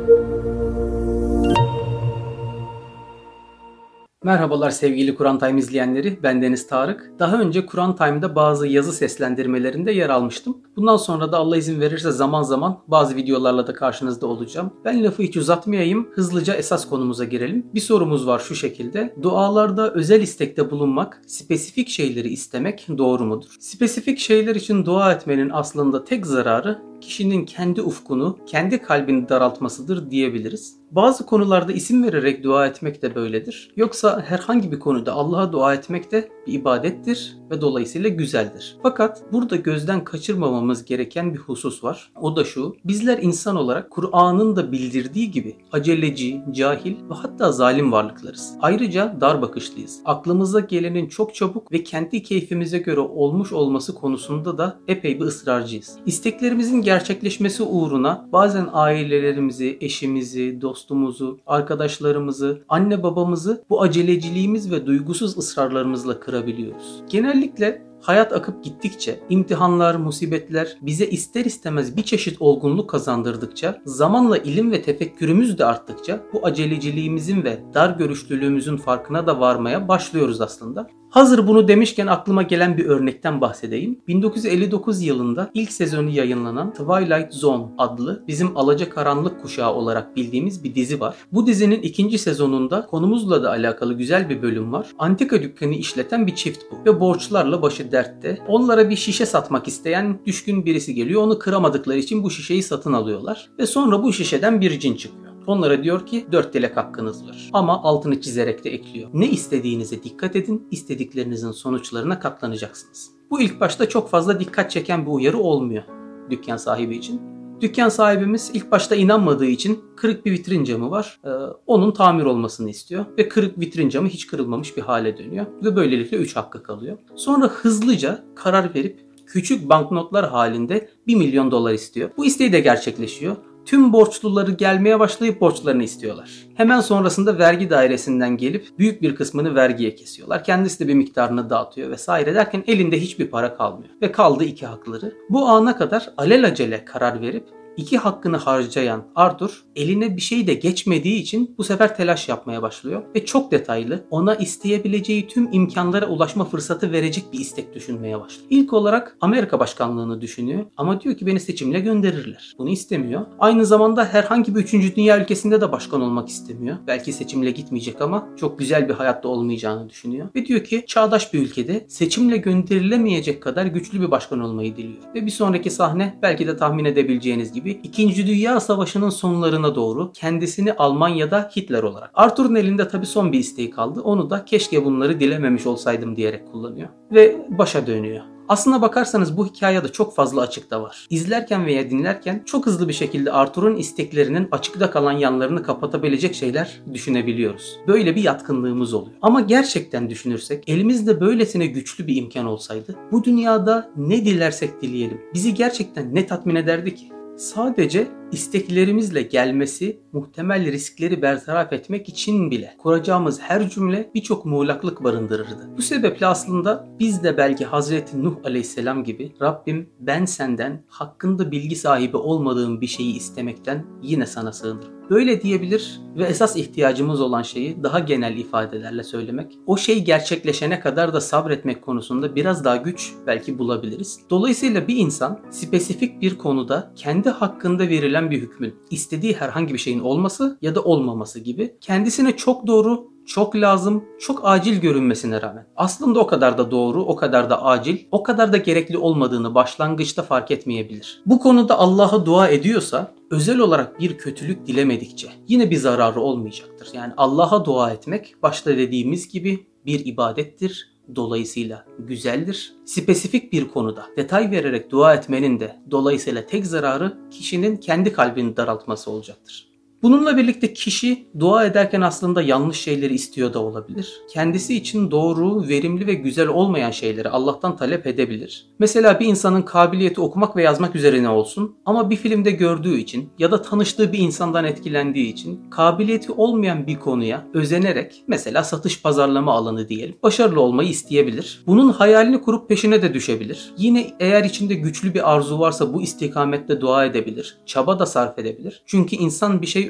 Merhabalar sevgili Kur'an Time izleyenleri, ben Deniz Tarık. Daha önce Kur'an Time'da bazı yazı seslendirmelerinde yer almıştım. Bundan sonra da Allah izin verirse zaman zaman bazı videolarla da karşınızda olacağım. Ben lafı hiç uzatmayayım, hızlıca esas konumuza girelim. Bir sorumuz var şu şekilde: dualarda özel istekte bulunmak, spesifik şeyleri istemek doğru mudur? Spesifik şeyler için dua etmenin aslında tek zararı kişinin kendi ufkunu, kendi kalbini daraltmasıdır diyebiliriz. Bazı konularda isim vererek dua etmek de böyledir. Yoksa herhangi bir konuda Allah'a dua etmek de bir ibadettir ve dolayısıyla güzeldir. Fakat burada gözden kaçırmamamız gereken bir husus var. O da şu: bizler insan olarak Kur'an'ın da bildirdiği gibi aceleci, cahil ve hatta zalim varlıklarız. Ayrıca dar bakışlıyız. Aklımıza gelenin çok çabuk ve kendi keyfimize göre olmuş olması konusunda da epey bir ısrarcıyız. İsteklerimizin gerçekleşmesi uğruna bazen ailelerimizi, eşimizi, dostumuzu, arkadaşlarımızı, anne babamızı bu aceleciliğimiz ve duygusuz ısrarlarımızla kırabiliyoruz. Genellikle hayat akıp gittikçe, imtihanlar, musibetler bize ister istemez bir çeşit olgunluk kazandırdıkça, zamanla ilim ve tefekkürümüz de arttıkça bu aceleciliğimizin ve dar görüşlülüğümüzün farkına da varmaya başlıyoruz aslında. Hazır bunu demişken aklıma gelen bir örnekten bahsedeyim. 1959 yılında ilk sezonu yayınlanan Twilight Zone adlı bizim alacakaranlık kuşağı olarak bildiğimiz bir dizi var. Bu dizinin ikinci sezonunda konumuzla da alakalı güzel bir bölüm var. Antika dükkanı işleten bir çift bu ve borçlarla başı dertte. Onlara bir şişe satmak isteyen düşkün birisi geliyor. Onu kıramadıkları için bu şişeyi satın alıyorlar ve sonra bu şişeden bir cin çıkıyor. Onlara diyor ki 4 dilek hakkınız var. Ama altını çizerek de ekliyor: ne istediğinize dikkat edin, istediklerinizin sonuçlarına katlanacaksınız. Bu ilk başta çok fazla dikkat çeken bir uyarı olmuyor dükkan sahibi için. Dükkan sahibimiz ilk başta inanmadığı için kırık bir vitrin camı var. Onun tamir olmasını istiyor ve kırık vitrin camı hiç kırılmamış bir hale dönüyor ve böylelikle 3 hakkı kalıyor. Sonra hızlıca karar verip küçük banknotlar halinde $1 milyon istiyor. Bu isteği de gerçekleşiyor. Tüm borçluları gelmeye başlayıp borçlarını istiyorlar. Hemen sonrasında vergi dairesinden gelip büyük bir kısmını vergiye kesiyorlar. Kendisi de bir miktarını dağıtıyor vesaire derken elinde hiçbir para kalmıyor. Ve kaldı 2 hakları. Bu ana kadar alelacele karar verip 2 hakkını harcayan Arthur eline bir şey de geçmediği için bu sefer telaş yapmaya başlıyor ve çok detaylı, ona isteyebileceği tüm imkanlara ulaşma fırsatı verecek bir istek düşünmeye başlıyor. İlk olarak Amerika başkanlığını düşünüyor ama diyor ki beni seçimle gönderirler. Bunu istemiyor. Aynı zamanda herhangi bir 3. dünya ülkesinde de başkan olmak istemiyor. Belki seçimle gitmeyecek ama çok güzel bir hayatta olmayacağını düşünüyor. Ve diyor ki çağdaş bir ülkede seçimle gönderilemeyecek kadar güçlü bir başkan olmayı diliyor. Ve bir sonraki sahne belki de tahmin edebileceğiniz gibi İkinci Dünya Savaşı'nın sonlarına doğru kendisini Almanya'da Hitler olarak. Arthur'un elinde tabii son bir isteği kaldı. Onu da keşke bunları dilememiş olsaydım diyerek kullanıyor. Ve başa dönüyor. Aslına bakarsanız bu hikayede çok fazla açıkta var. İzlerken veya dinlerken çok hızlı bir şekilde Arthur'un isteklerinin açıkta kalan yanlarını kapatabilecek şeyler düşünebiliyoruz. Böyle bir yatkınlığımız oluyor. Ama gerçekten düşünürsek, elimizde böylesine güçlü bir imkan olsaydı, bu dünyada ne dilersek dileyelim bizi gerçekten ne tatmin ederdi ki? Sadece isteklerimizle gelmesi muhtemel riskleri bertaraf etmek için bile kuracağımız her cümle birçok muğlaklık barındırırdı. Bu sebeple aslında biz de belki Hazreti Nuh Aleyhisselam gibi Rabbim ben senden hakkında bilgi sahibi olmadığım bir şeyi istemekten yine sana sığınırım. Böyle diyebilir ve esas ihtiyacımız olan şeyi daha genel ifadelerle söylemek, o şey gerçekleşene kadar da sabretmek konusunda biraz daha güç belki bulabiliriz. Dolayısıyla bir insan spesifik bir konuda kendi hakkında verilen bir hükmün istediği herhangi bir şeyin olması ya da olmaması gibi kendisine çok doğru, çok lazım, çok acil görünmesine rağmen aslında o kadar da doğru, o kadar da acil, o kadar da gerekli olmadığını başlangıçta fark etmeyebilir. Bu konuda Allah'a dua ediyorsa özel olarak bir kötülük dilemedikçe yine bir zararı olmayacaktır. Yani Allah'a dua etmek başta dediğimiz gibi bir ibadettir. Dolayısıyla güzeldir. Spesifik bir konuda detay vererek dua etmenin de dolayısıyla tek zararı kişinin kendi kalbini daraltması olacaktır. Bununla birlikte kişi dua ederken aslında yanlış şeyleri istiyor da olabilir. Kendisi için doğru, verimli ve güzel olmayan şeyleri Allah'tan talep edebilir. Mesela bir insanın kabiliyeti okumak ve yazmak üzerine olsun ama bir filmde gördüğü için ya da tanıştığı bir insandan etkilendiği için kabiliyeti olmayan bir konuya özenerek, mesela satış pazarlama alanı diyelim, başarılı olmayı isteyebilir. Bunun hayalini kurup peşine de düşebilir. Yine eğer içinde güçlü bir arzu varsa bu istikamette dua edebilir, çaba da sarf edebilir. Çünkü insan bir şey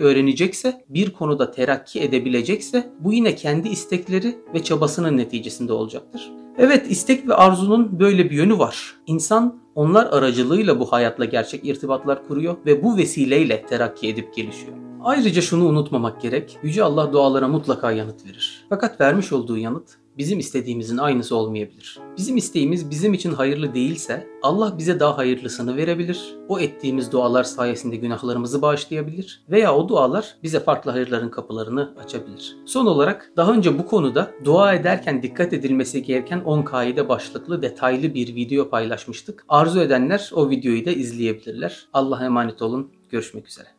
öğrenecekse, bir konuda terakki edebilecekse bu yine kendi istekleri ve çabasının neticesinde olacaktır. Evet, istek ve arzunun böyle bir yönü var. İnsan onlar aracılığıyla bu hayatla gerçek irtibatlar kuruyor ve bu vesileyle terakki edip gelişiyor. Ayrıca şunu unutmamak gerek, Yüce Allah dualara mutlaka yanıt verir. Fakat vermiş olduğu yanıt bizim istediğimizin aynısı olmayabilir. Bizim isteğimiz bizim için hayırlı değilse Allah bize daha hayırlısını verebilir. O ettiğimiz dualar sayesinde günahlarımızı bağışlayabilir veya o dualar bize farklı hayırların kapılarını açabilir. Son olarak daha önce bu konuda dua ederken dikkat edilmesi gereken 10 kaide başlıklı detaylı bir video paylaşmıştık. Arzu edenler o videoyu da izleyebilirler. Allah'a emanet olun. Görüşmek üzere.